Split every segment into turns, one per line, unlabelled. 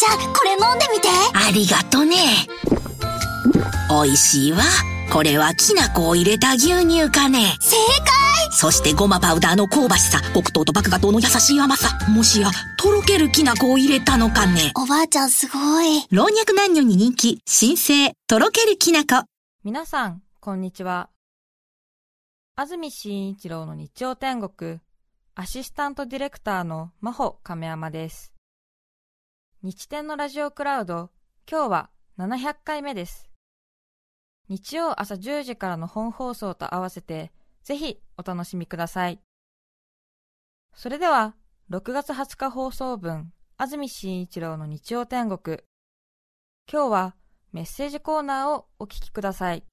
ちゃん、これ飲んでみて。
ありがとね。おいしいわ。これはきな粉を入れた牛乳かね。
正解。
そしてごまパウダーの香ばしさ、黒糖と麦芽糖の優しい甘さ、もしやとろけるきな粉を入れたのかね。
おばあちゃんすごい。
老若男女に人気、新生とろけるきな粉。
皆さんこんにちは。安住紳一郎の日曜天国、アシスタントディレクターの真帆亀山です。日天のラジオクラウド、今日は700回目です。日曜朝10時からの本放送と合わせてぜひお楽しみください。それでは6月20日放送分、安住紳一郎の日曜天国、今日はメッセージコーナーをお聞きください。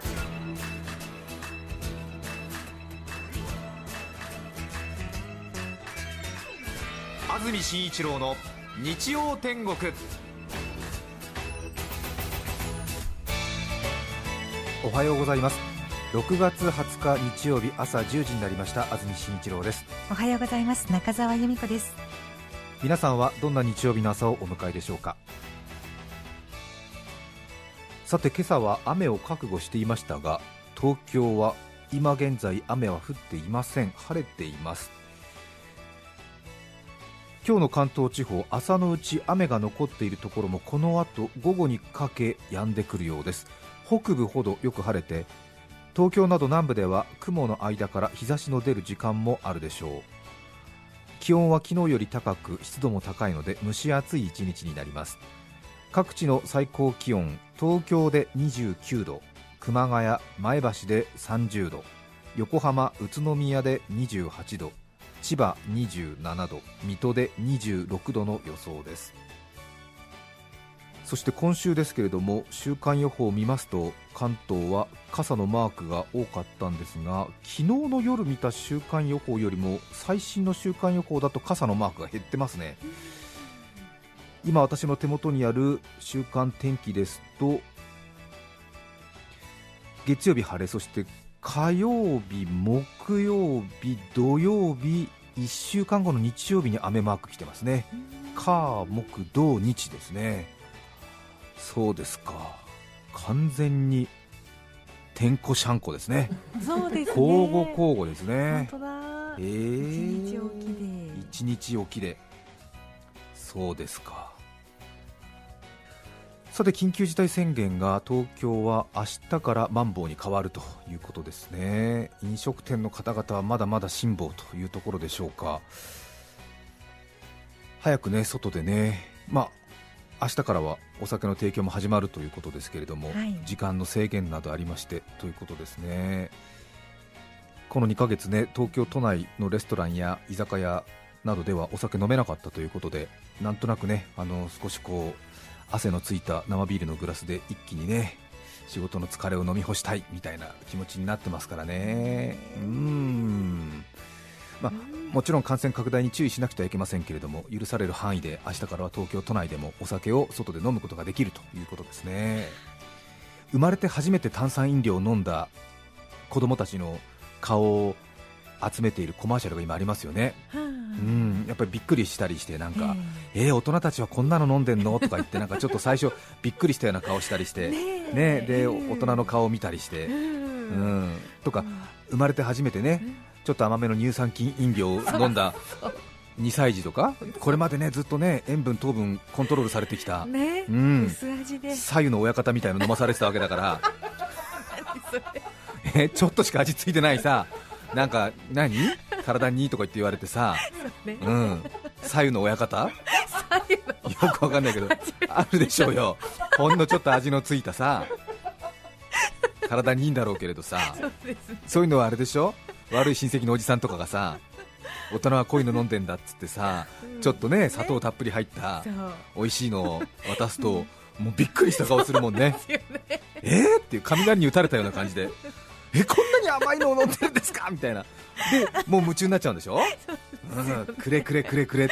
安住紳一郎の日曜天国。
おはようございます。6月20日日曜日朝10時になりました。安住紳一郎です。
おはようございます。中澤由美子です。
皆さんはどんな日曜日の朝をお迎えでしょうか。さて、今朝は雨を覚悟していましたが、東京は今現在雨は降っていません。晴れています。今日の関東地方、朝のうち雨が残っているところもこの後午後にかけ止んでくるようです。北部ほどよく晴れて、東京など南部では雲の間から日差しの出る時間もあるでしょう。気温は昨日より高く、湿度も高いので蒸し暑い一日になります。各地の最高気温、東京で29度、熊谷、前橋で30度、横浜、宇都宮で28度、千葉27度、水戸で26度の予想です。そして今週ですけれども、週間予報を見ますと、関東は傘のマークが多かったんですが、昨日の夜見た週間予報よりも最新の週間予報だと傘のマークが減ってますね。今私の手元にある週間天気ですと、月曜日晴れ、そして火曜日、木曜日、土曜日、1週間後の日曜日に雨マーク来てますね。火木土日ですね。そうですか、完全に天候シャンコですね。
そうですね、
交互交互ですね。
本当だ、
一
日おきで
一日おきで。そうですか。さて、緊急事態宣言が東京は明日からマンボウに変わるということですね。飲食店の方々はまだまだ辛抱というところでしょうか。早くね、外でね、明日からはお酒の提供も始まるということですけれども、時間の制限などありましてということですね。この2ヶ月ね、東京都内のレストランや居酒屋などではお酒飲めなかったということで、なんとなくね、少し汗のついた生ビールのグラスで一気にね、仕事の疲れを飲み干したいみたいな気持ちになってますからね。もちろん感染拡大に注意しなくてはいけませんけれども、許される範囲で明日からは東京都内でもお酒を外で飲むことができるということですね。生まれて初めて炭酸飲料を飲んだ子供たちの顔を集めているコマーシャルが今ありますよね。やっぱりびっくりしたりして、なんか大人たちはこんなの飲んでんのとか言って、なんかちょっと最初びっくりしたような顔したりしてね、で大人の顔を見たりしてとか、生まれて初めてね、ちょっと甘めの乳酸菌飲料を飲んだ2歳児とか、これまでねずっとね塩分糖分コントロールされてきた、
薄味で
左右の親方みたいなの飲まされてたわけだからちょっとしか味ついてないさ、なんか体にとか言って言われてさ、左右の親方よくわかんないけどあるでしょうよ。ほんのちょっと味のついたさ、体にいいんだろうけれどさ、そういうのはあれでしょ、悪い親戚のおじさんとかがさ、大人はこういうの飲んでんだっつってさ、ちょっとね砂糖たっぷり入った美味しいのを渡すと、もうびっくりした顔するもんね。っていう雷に打たれたような感じで、こんなに甘いのを飲んでるんですかみたいなで、もう夢中になっちゃうんでしょ。くれくれくれくれって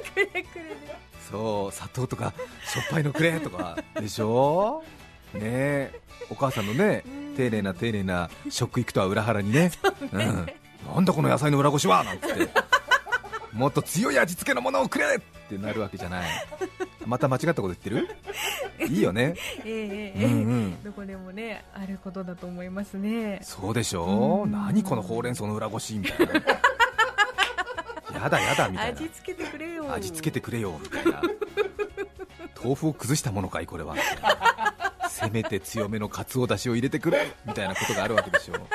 そう、砂糖とかしょっぱいのくれとかでしょね。お母さんのね、丁寧な食育とは裏腹にね、なんだこの野菜の裏ごしはなんつってもっと強い味付けのものをくれってなるわけじゃない。 また間違ったこと言ってるいいよね、
どこでもねあることだと思いますね。
そうでしょう、何このほうれん草の裏ごしみたいなやだやだみたいな、
味付けてくれよ
味付けてくれよみたいな豆腐を崩したものかいこれはみたいな、せめて強めのかつおだしを入れてくれみたいなことがあるわけでしょう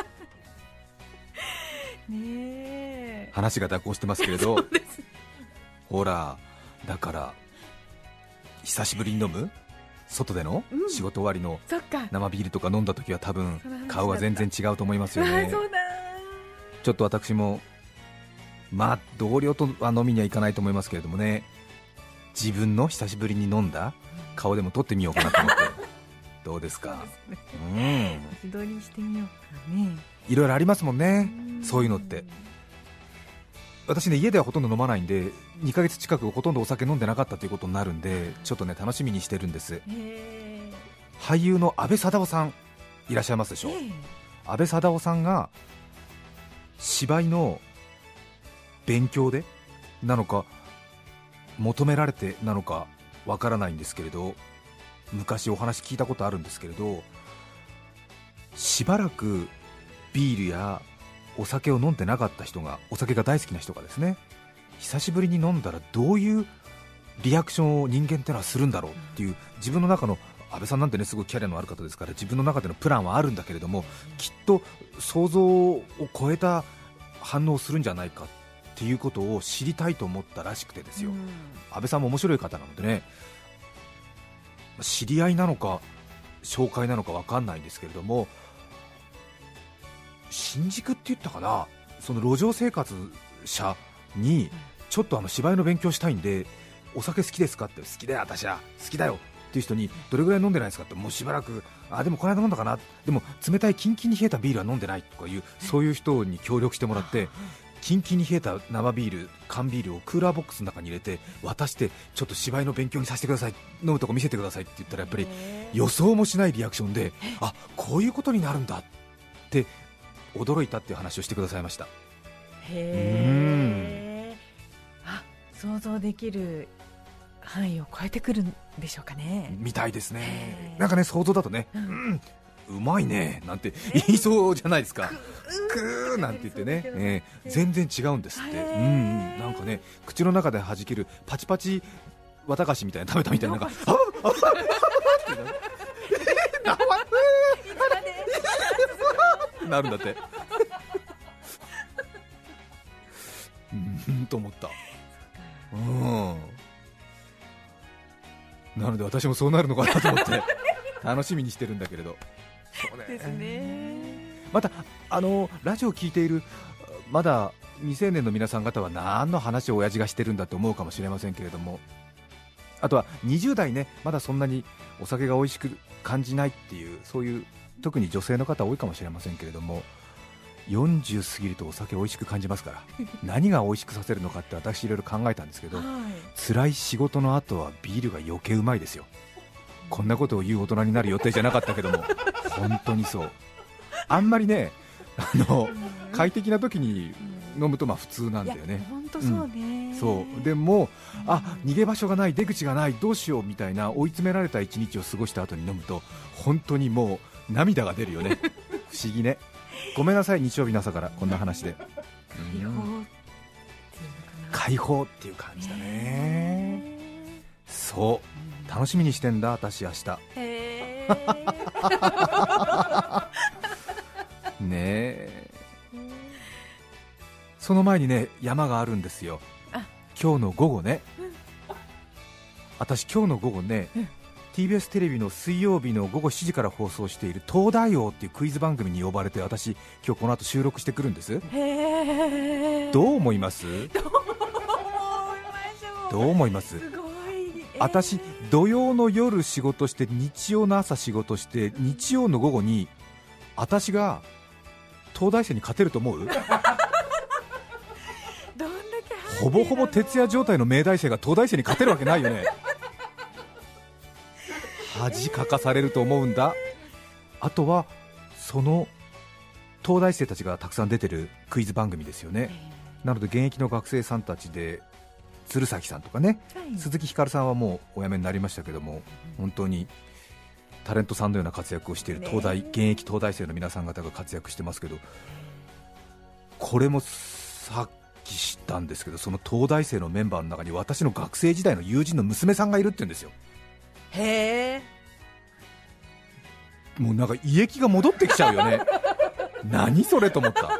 ね。
話が蛇行してますけれど、
そうですね、
ほらだから久しぶりに飲む外での仕事終わりの
そっか、
生ビールとか飲んだ時は多分
その話だった
顔が全然違うと思いますよね。
そうだ、
ちょっと私もまあ同僚とは飲みには行かないと思いますけれどもね、自分の久しぶりに飲んだ顔でも撮ってみようかなと思ってどうですか。
自撮りしてみようかね。
いろいろありますもんね、そういうのって。私ね、家ではほとんど飲まないんで2ヶ月近くほとんどお酒飲んでなかったということになるんで、ちょっとね楽しみにしてるんです。俳優の阿部サダヲさんいらっしゃいますでしょ、阿部サダヲさんが芝居の勉強でなのか求められてなのかわからないんですけれど、昔お話聞いたことあるんですけれど、しばらくビールやお酒を飲んでなかった人が、お酒が大好きな人がですね、久しぶりに飲んだらどういうリアクションを人間ってのはするんだろうっていう、自分の中の、安倍さんなんてねすごいキャリアのある方ですから自分の中でのプランはあるんだけれども、きっと想像を超えた反応をするんじゃないかっていうことを知りたいと思ったらしくてですよ、安倍さんも面白い方なのでね、知り合いなのか紹介なのか分かんないんですけれども、新宿って言ったかな、その路上生活者にちょっと芝居の勉強したいんでお酒好きですかって、好きだよ私は好きだよっていう人に、どれぐらい飲んでないですかって、もうしばらく、でもこの間飲んだかな、でも冷たいキンキンに冷えたビールは飲んでないとかいう、そういう人に協力してもらってキンキンに冷えた生ビール、缶ビールをクーラーボックスの中に入れて渡して、ちょっと芝居の勉強にさせてください、飲むとこ見せてくださいって言ったら、やっぱり予想もしないリアクションで、こういうことになるんだって驚いたっていう話をしてくださいました。
想像できる範囲を超えてくるんでしょうかね。
みたいですね。なんかね、想像だとね、うまいねなんて言いそうじゃないですか。クーなんて言ってね、全然違うんですって。なんかね、口の中で弾けるパチパチ綿菓子みたいな食べたみたいな、なんかなるんだってと思った。なので私もそうなるのかなと思って楽しみにしてるんだけれど。そうですね。またラジオを聞いているまだ未成年の皆さん方は何の話を親父がしてるんだって思うかもしれませんけれども、あとは20代ね、まだそんなにお酒が美味しく感じないっていう、そういう特に女性の方多いかもしれませんけれども、40過ぎるとお酒美味しく感じますから何が美味しくさせるのかって私いろいろ考えたんですけど、辛い仕事の後はビールが余計うまいですよ。こんなことを言う大人になる予定じゃなかったけども本当にそう。あんまりね、快適な時に飲むと普通なんだよね。
本当そうね。
そうでも逃げ場所がない、出口がない、どうしようみたいな追い詰められた一日を過ごした後に飲むと本当にもう涙が出るよね不思議ね。ごめんなさい、日曜日の朝からこんな話で。解放っていう感じだね。そう、楽しみにしてんだ私明日。ねえ。その前にね、山があるんですよ。今日の午後ね、私今日の午後ね、TBS テレビの水曜日の午後7時から放送している東大王っていうクイズ番組に呼ばれて、私今日この後収録してくるんです。どう思います？どう思います？私土曜の夜仕事して、日曜の朝仕事して、日曜の午後に私が東大生に勝てると思う？ほぼほぼ徹夜状態の明大生が東大生に勝てるわけないよね。恥かかされると思うんだ。あとはその東大生たちがたくさん出てるクイズ番組ですよね。なので現役の学生さんたちで鶴崎さんとかね、
はい、
鈴木ひかるさんはもうお辞めになりましたけども、本当にタレントさんのような活躍をしている現役東大生の皆さん方が活躍してますけど、これもさっき知ったんですけど、その東大生のメンバーの中に私の学生時代の友人の娘さんがいるって言うんですよ。
へー、
もうなんか胃液が戻ってきちゃうよね何それと思った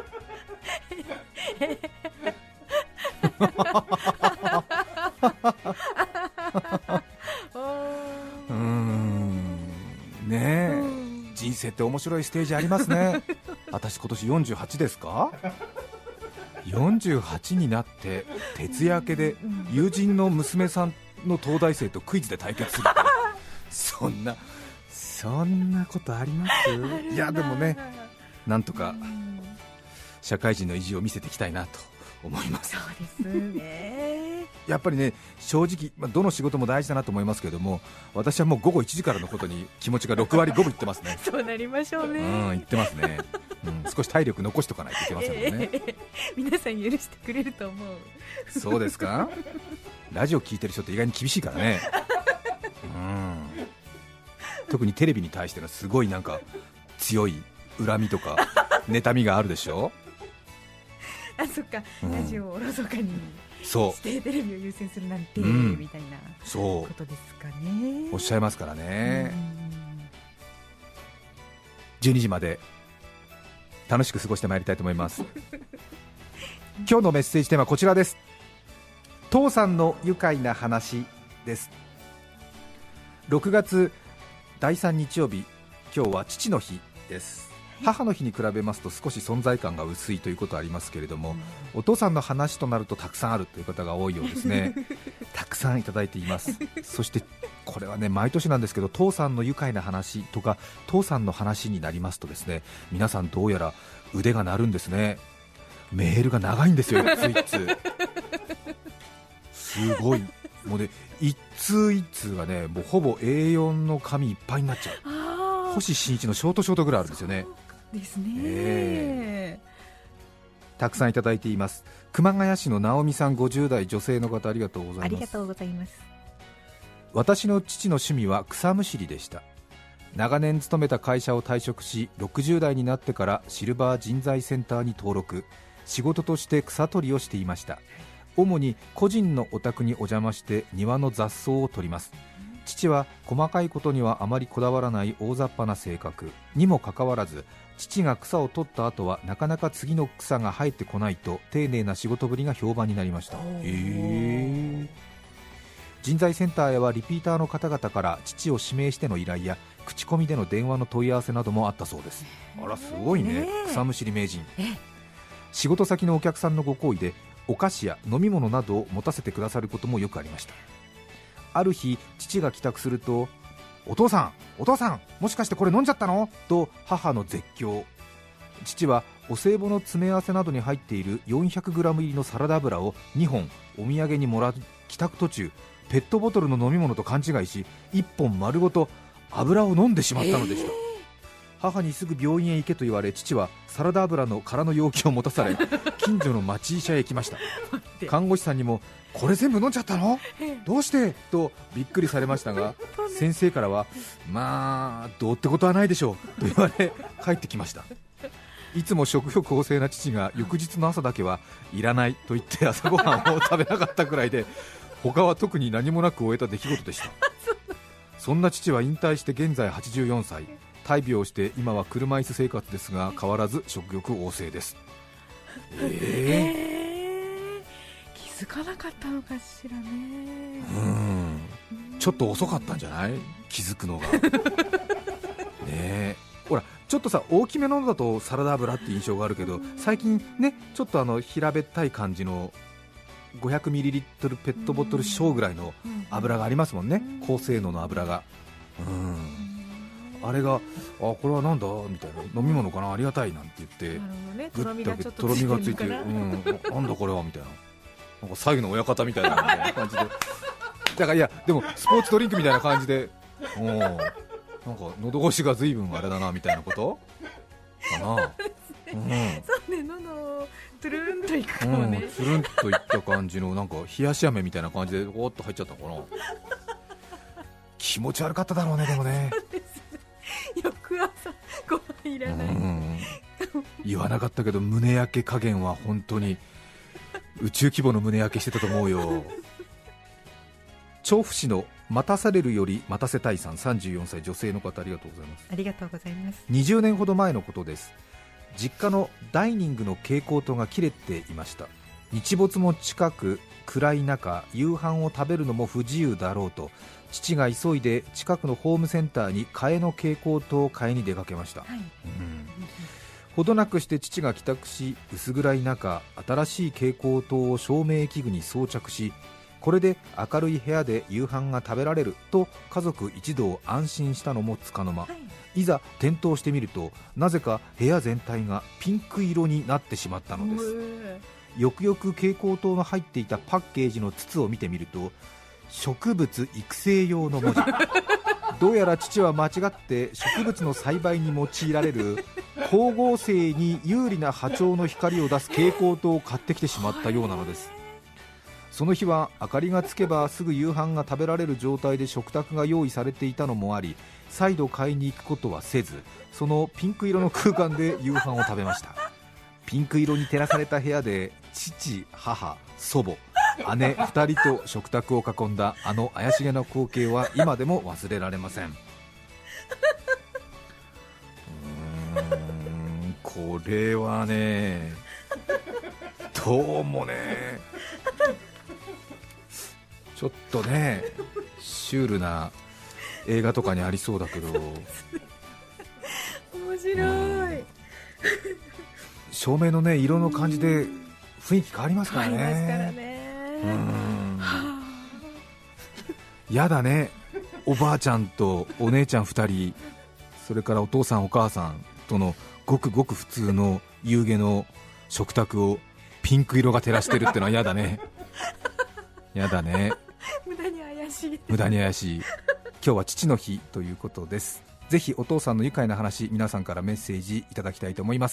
ねえ、人生って面白いステージありますね私今年48ですか。48になって徹夜明けで友人の娘さんの東大生とクイズで対決するそんなことあります？いやでもね、なんとか社会人の意地を見せていきたいなと思います。
そうですね
やっぱりね、正直、どの仕事も大事だなと思いますけれども、私はもう午後1時からのことに気持ちが6割5分いってますね
そうなりましょうね。
言ってますね、少し体力残しとかないといけませんもんね、
皆さん許してくれると思う。
そうですか。ラジオ聞いてる人って意外に厳しいからね特にテレビに対してのすごいなんか強い恨みとか妬みがあるでしょ
あ、そっか、ラジオをおろそかにしてテレビを優先するなんて、みたいなことですかね。
おっしゃいますからね。12時まで楽しく過ごしてまいりたいと思います今日のメッセージテーマはこちらです。父さんの愉快な話です。6月第3日曜日、今日は父の日です。母の日に比べますと少し存在感が薄いということはありますけれども、お父さんの話となるとたくさんあるという方が多いようですねたくさんいただいています。そしてこれはね、毎年なんですけど、父さんの愉快な話とか父さんの話になりますとですね、皆さんどうやら腕が鳴るんですね。メールが長いんですよ、一通一通すごい、もうね、一通一通がね、もうほぼ A4 の紙いっぱいになっちゃう。星新一のショートぐらいあるんですよね。
ですね、
たくさんいただいています。熊谷市の直美さん、50代女性の方、ありがとうございます。
ありがとうございます。
私の父の趣味は草むしりでした。長年勤めた会社を退職し、60代になってからシルバー人材センターに登録、仕事として草取りをしていました。主に個人のお宅にお邪魔して庭の雑草を取ります。父は細かいことにはあまりこだわらない大雑把な性格にもかかわらず、父が草を取った後はなかなか次の草が生えてこないと丁寧な仕事ぶりが評判になりました。人材センターへはリピーターの方々から父を指名しての依頼や口コミでの電話の問い合わせなどもあったそうです。あら、すごいね、草むしり名人。仕事先のお客さんのご厚意でお菓子や飲み物などを持たせてくださることもよくありました。ある日、父が帰宅すると、お父さん、もしかしてこれ飲んじゃったのと母の絶叫。父はお歳暮の詰め合わせなどに入っている 400g 入りのサラダ油を2本お土産にもらう帰宅途中、ペットボトルの飲み物と勘違いし、1本丸ごと油を飲んでしまったのでした。母にすぐ病院へ行けと言われ、父はサラダ油の空の容器を持たされ近所の町医者へ行きました。看護師さんにも、これ全部飲んじゃったの？どうして？とびっくりされましたが、先生からは、まあどうってことはないでしょうと言われ帰ってきました。いつも食欲旺盛な父が翌日の朝だけはいらないと言って朝ごはんを食べなかったくらいで、他は特に何もなく終えた出来事でした。そんな父は引退して現在84歳、大病をして今は車椅子生活ですが、変わらず食欲旺盛です。
気づかなかったのかしらね。
ちょっと遅かったんじゃない？気づくのがねえ、ほらちょっとさ、大きめののだとサラダ油って印象があるけど、最近ね、ちょっと平べったい感じの 500ml ペットボトル小ぐらいの油がありますもんね、高性能の油が。あれが、これはなんだみたいな、飲み物かな、ありがたいなんて言って、
とろみがちょっと
とろみがついて、なんだこれはみたいな、なんか左右の親方みたいな感じで、だからいや、でもスポーツドリンクみたいな感じで、なんか喉越しが随分あれだなみたいなことかな。
そうね、喉をトゥルンといくかもね、
トゥルンといった感じのなんか冷やし飴みたいな感じでゴーッと入っちゃったのかな気持ち悪かっただろうね。でもね
翌朝ご飯いらない、
言わなかったけど胸焼け加減は本当に宇宙規模の胸焼けしてたと思うよ調布市の待たされるより待たせたいさん、34歳女性の方、ありがとうございます。
ありがとうございます。
20年ほど前のことです。実家のダイニングの蛍光灯が切れていました。日没も近く暗い中、夕飯を食べるのも不自由だろうと父が急いで近くのホームセンターに替えの蛍光灯を買いに出かけました、ほどなくして父が帰宅し、薄暗い中新しい蛍光灯を照明器具に装着し、これで明るい部屋で夕飯が食べられると家族一同安心したのもつかの間、いざ点灯してみるとなぜか部屋全体がピンク色になってしまったのです。よくよく蛍光灯の入っていたパッケージの筒を見てみると、植物育成用の文字どうやら父は間違って植物の栽培に用いられる光合成に有利な波長の光を出す蛍光灯を買ってきてしまったようなのです。その日は明かりがつけばすぐ夕飯が食べられる状態で食卓が用意されていたのもあり、再度買いに行くことはせず、そのピンク色の空間で夕飯を食べました。ピンク色に照らされた部屋で父、母、祖母、姉2人と食卓を囲んだあの怪しげな光景は今でも忘れられません。これはね、どうもね、ちょっとねシュールな映画とかにありそうだけど面
白い、
照明のね色の感じで雰囲気変わりますからね。やだね、おばあちゃんとお姉ちゃん2人、それからお父さんお母さんとのごくごく普通の夕げの食卓をピンク色が照らしてるってのはやだねやだね、
無駄に怪しい、
無駄に怪しい。今日は父の日ということです。ぜひお父さんの愉快な話、皆さんからメッセージいただきたいと思います。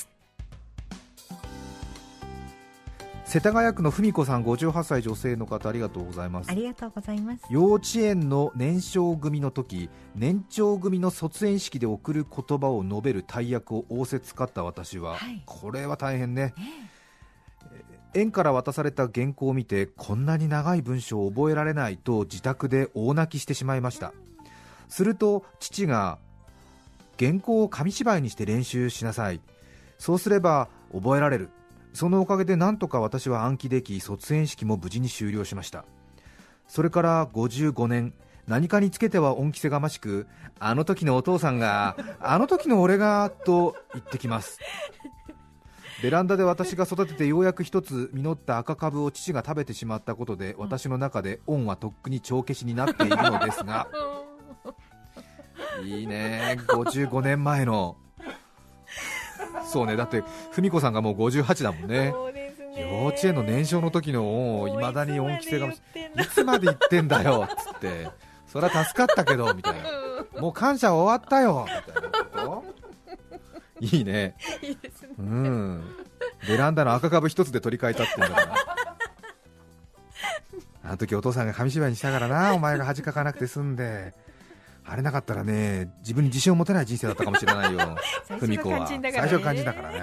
世田谷区の文子さん、58歳女性の方、ありがとうございます。
ありがとうございます。
幼稚園の年少組の時、年長組の卒園式で送る言葉を述べる大役を仰せつかった私は、これは大変ね、園から渡された原稿を見て、こんなに長い文章を覚えられないと自宅で大泣きしてしまいました。すると父が、原稿を紙芝居にして練習しなさい、そうすれば覚えられる、そのおかげでなんとか私は暗記でき、卒園式も無事に終了しました。それから55年、何かにつけては恩着せがましく、あの時のお父さんがあの時の俺がと言ってきます。ベランダで私が育ててようやく一つ実った赤株を父が食べてしまったことで、私の中で恩はとっくに帳消しになっているのですがいいね、55年前の、そうね、だって文子さんがもう58だもんね。幼稚園の年少の時の恩をいまだに恩着せがましいつまで言ってんだよっつって、そりゃ助かったけどみたいな、もう感謝終わったよみたいなこといいね、
いいですね、
ベランダの赤株一つで取り替えたってんだからあの時お父さんが紙芝居にしたからな、お前が恥かかなくて済んで、あれなかったらね、自分に自信を持てない人生だったかもしれないよ文子は最初肝心だからね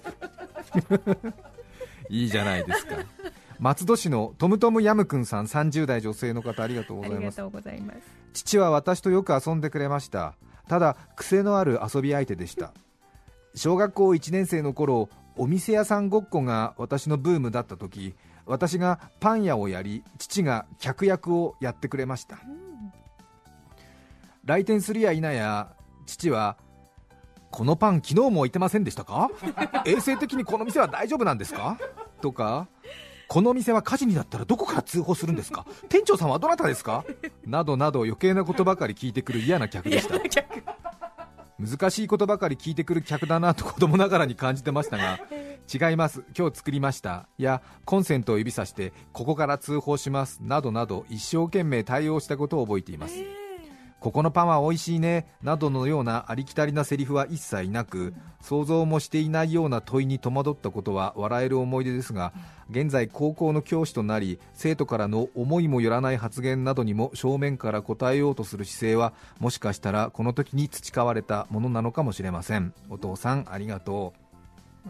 いいじゃないですか。松戸市のトムトムヤムくんさん、30代女性の方、ありがとうございます。父は私とよく遊んでくれました。ただ癖のある遊び相手でした。小学校1年生の頃、お店屋さんごっこが私のブームだった時、私がパン屋をやり、父が客役をやってくれました。来店するや否や、父は、このパン昨日も置いてませんでしたか衛生的にこの店は大丈夫なんですかとか、この店は火事になったらどこから通報するんですか、店長さんはどなたですかなどなど余計なことばかり聞いてくる嫌な客でした。難しいことばかり聞いてくる客だなと子供ながらに感じてましたが、違います、今日作りましたやコンセントを指さしてここから通報しますなどなど一生懸命対応したことを覚えています。 ここのパンは美味しいねなどのようなありきたりなセリフは一切なく、想像もしていないような問いに戸惑ったことは笑える思い出ですが、現在高校の教師となり、生徒からの思いもよらない発言などにも正面から答えようとする姿勢は、もしかしたらこの時に培われたものなのかもしれません。お父さんありがとう。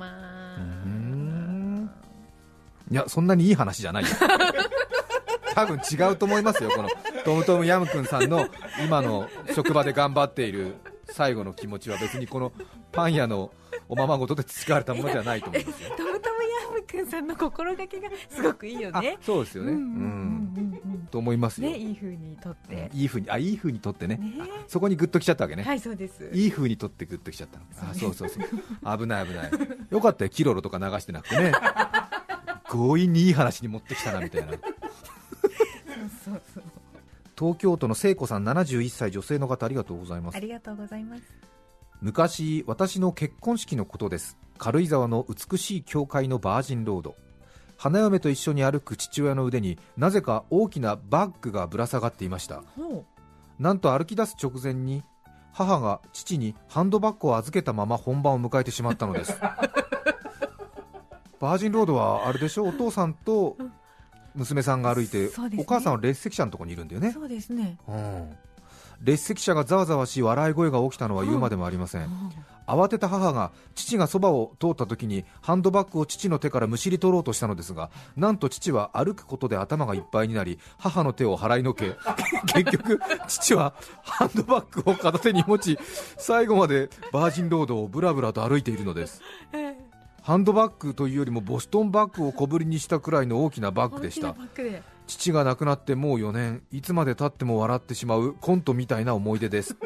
いや、そんなにいい話じゃないよ多分違うと思いますよ。このトムトムヤムくんさんの今の職場で頑張っている最後の気持ちは、別にこのパン屋のおままごとで培われたものではないと思いますよ。
トムトムヤムくんさんの心がけがすごくいいよね。
そうですよね、と思いますよ、
ね、いい風にとって、
いい風にとってね、そこにグッときちゃったわけね。
はい、そうです。
いい風にとってグッときちゃったの。そうそうそう危ない危ないよかったよ、キロロとか流してなくてね強引にいい話に持ってきたなみたいな
そう
東京都の聖子さん71歳女性の方、ありがとうございます。
ありがとうございます。
昔、私の結婚式のことです。軽井沢の美しい教会のバージンロード、花嫁と一緒に歩く父親の腕になぜか大きなバッグがぶら下がっていました。なんと歩き出す直前に母が父にハンドバッグを預けたまま本番を迎えてしまったのですバージンロードはあれでしょ、お父さんと娘さんが歩いて、お母さんは列席者のところにいるんだよね。
そうですね、
列席者がざわざわし笑い声が起きたのは言うまでもありません。慌てた母が父がそばを通った時にハンドバッグを父の手からむしり取ろうとしたのですが、なんと父は歩くことで頭がいっぱいになり、母の手を払いのけ結局父はハンドバッグを片手に持ち、最後までバージンロードをブラブラと歩いているのです。ハンドバッグというよりもボストンバッグを小ぶりにしたくらいの大きなバッグでした。父が亡くなってもう4年、いつまで経っても笑ってしまうコントみたいな思い出です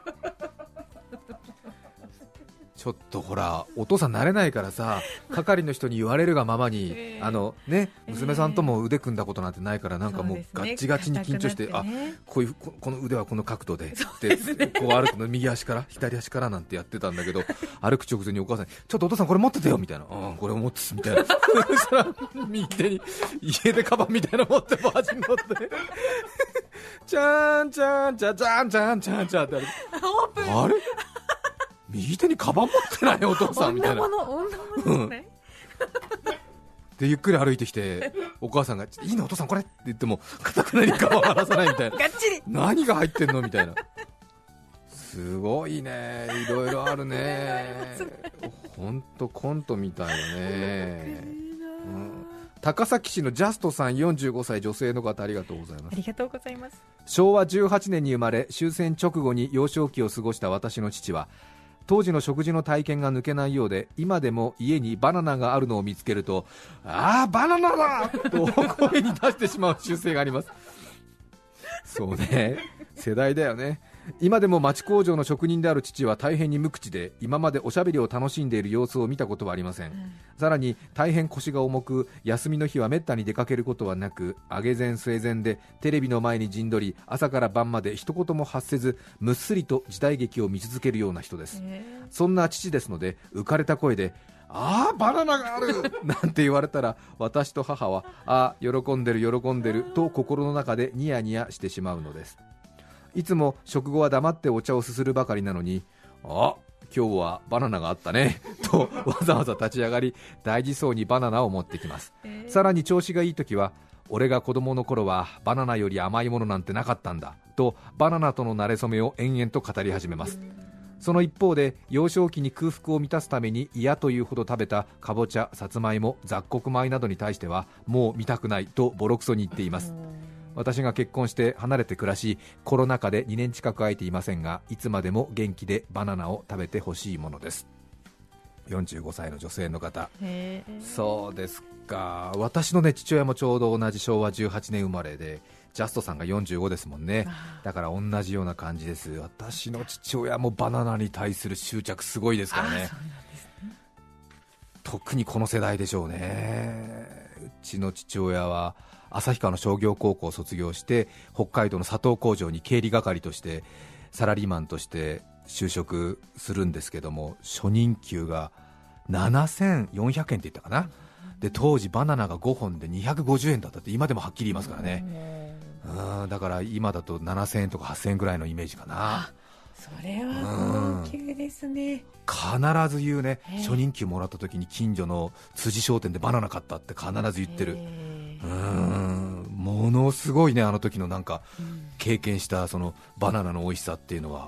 ちょっとほら、お父さん慣れないからさ、係の人に言われるがままに、娘さんとも腕組んだことなんてないから、なんかもうガッチガチに緊張して、この腕はこの角度でってこう歩くの、右足から左足からなんてやってたんだけど、歩く直前にお母さんにちょっとお父さんこれ持っててよみたいな、これを持ってすみたいなそしたら右手に家でカバンみたいなの持ってバージン乗ってチャーンチャーンチャーチャーンチャーンチャーンチャーってあれ右手にカバン持ってないお父さんみたいな、
女物ね
でゆっくり歩いてきて、お母さんがいいのお父さんこれって言っても固くなにカバン離さないみたいな
がっちり
何が入ってんのみたいな、すごいね、いろいろあるねほんとコントみたいよね、高崎市のジャストさん45歳女性の方、ありがとうございます。
ありがとうございます。
昭和18年に生まれ、終戦直後に幼少期を過ごした私の父は、当時の食事の体験が抜けないようで、今でも家にバナナがあるのを見つけると、あーバナナだと声に出してしまう習性がありますそうね、世代だよね。今でも町工場の職人である父は大変に無口で、今までおしゃべりを楽しんでいる様子を見たことはありません、さらに大変腰が重く、休みの日はめったに出かけることはなく、上げ膳据え膳でテレビの前に陣取り、朝から晩まで一言も発せず、むっすりと時代劇を見続けるような人です、そんな父ですので、浮かれた声であーバナナがあるなんて言われたら、私と母はあー喜んでる喜んでると心の中でニヤニヤしてしまうのです。いつも食後は黙ってお茶をすするばかりなのに、あ、今日はバナナがあったねとわざわざ立ち上がり、大事そうにバナナを持ってきます、さらに調子がいい時は、俺が子供の頃はバナナより甘いものなんてなかったんだと、バナナとの馴れ初めを延々と語り始めます。その一方で、幼少期に空腹を満たすために嫌というほど食べたかぼちゃ、さつまいも、雑穀米などに対しては、もう見たくないとボロクソに言っています。私が結婚して離れて暮らし、コロナ禍で2年近く会えていませんが、いつまでも元気でバナナを食べてほしいものです。45歳の女性の方。そうですか。私のね、父親もちょうど同じ昭和18年生まれで、ジャストさんが45ですもんね。だから同じような感じです。私の父親もバナナに対する執着すごいですからね。特にこの世代でしょうね。うちの父親は旭川の商業高校を卒業して、北海道の砂糖工場に経理係としてサラリーマンとして就職するんですけども、初任給が7400円って言ったかな。で当時バナナが5本で250円だったって、今でもはっきり言いますからね。 だから今だと7000円とか8000円ぐらいのイメージかな。
それは高級ですね。
必ず言うね、初任給もらった時に近所の辻商店でバナナ買ったって必ず言ってる。ものすごいね、あの時のなんか経験したそのバナナの美味しさっていうのは。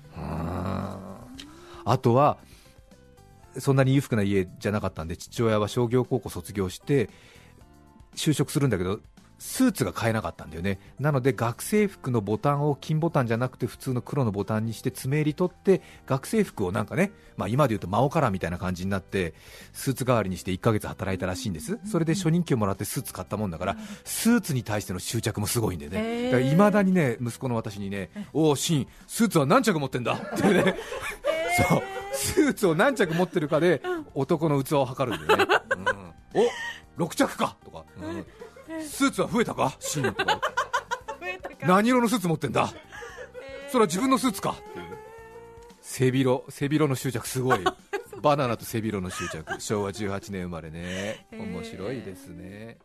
あとはそんなに裕福な家じゃなかったんで、父親は商業高校卒業して就職するんだけどスーツが買えなかったんだよね。なので学生服のボタンを金ボタンじゃなくて普通の黒のボタンにして爪襟取って学生服をなんかね、今でいうとマオカラーみたいな感じになってスーツ代わりにして1ヶ月働いたらしいんです。それで初任給もらってスーツ買ったもんだからスーツに対しての執着もすごいんでね。だから未だにね、息子の私にね、おーシン、スーツは何着持ってんだってねそう、スーツを何着持ってるかで男の器を測るんだよね。お、6着かとか、スーツは増えたかシンとか何色のスーツ持ってんだ、それは自分のスーツかっていう。背広の執着すごいバナナと背広の執着、昭和18年生まれね。面白いですね。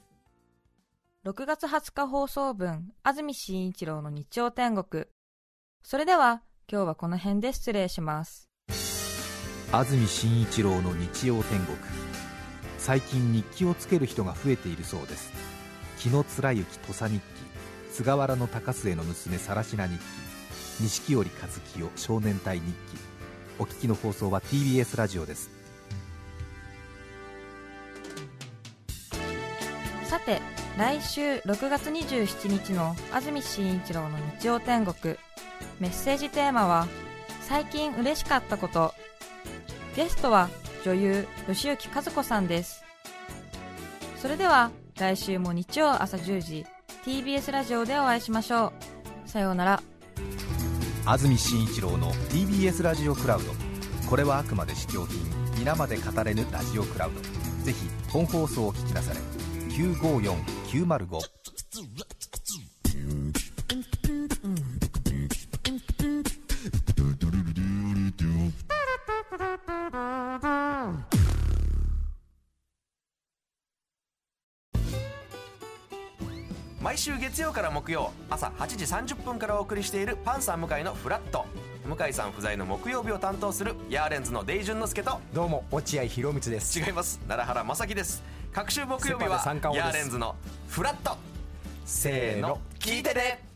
6月20日放送分、安住紳一郎の日曜天国。それでは今日はこの辺で失礼します。
安住紳一郎の日曜天国。最近日記をつける人が増えているそうです。紀貫之土佐日記、菅原の高末の娘更科日記、錦織和樹少年隊日記。お聞きの放送は TBS ラジオです。
さて、来週6月27日の安住紳一郎の日曜天国、メッセージテーマは最近嬉しかったこと。ゲストは女優吉行和子さんです。それでは来週も日曜朝10時 TBS ラジオでお会いしましょう。さようなら。
安住紳一郎の TBS ラジオクラウド。これはあくまで試供品、皆まで語れぬラジオクラウド。ぜひ本放送を聞きなされ。954905。
毎週月曜から木曜朝8時30分からお送りしているパンサー向井のフラット。向井さん不在の木曜日を担当するヤーレンズのデイジュンの之介と、
どうも落合博満です。
違います、奈良原正樹です。各週木曜日はヤーレンズのフラット。せーの、聞いてね。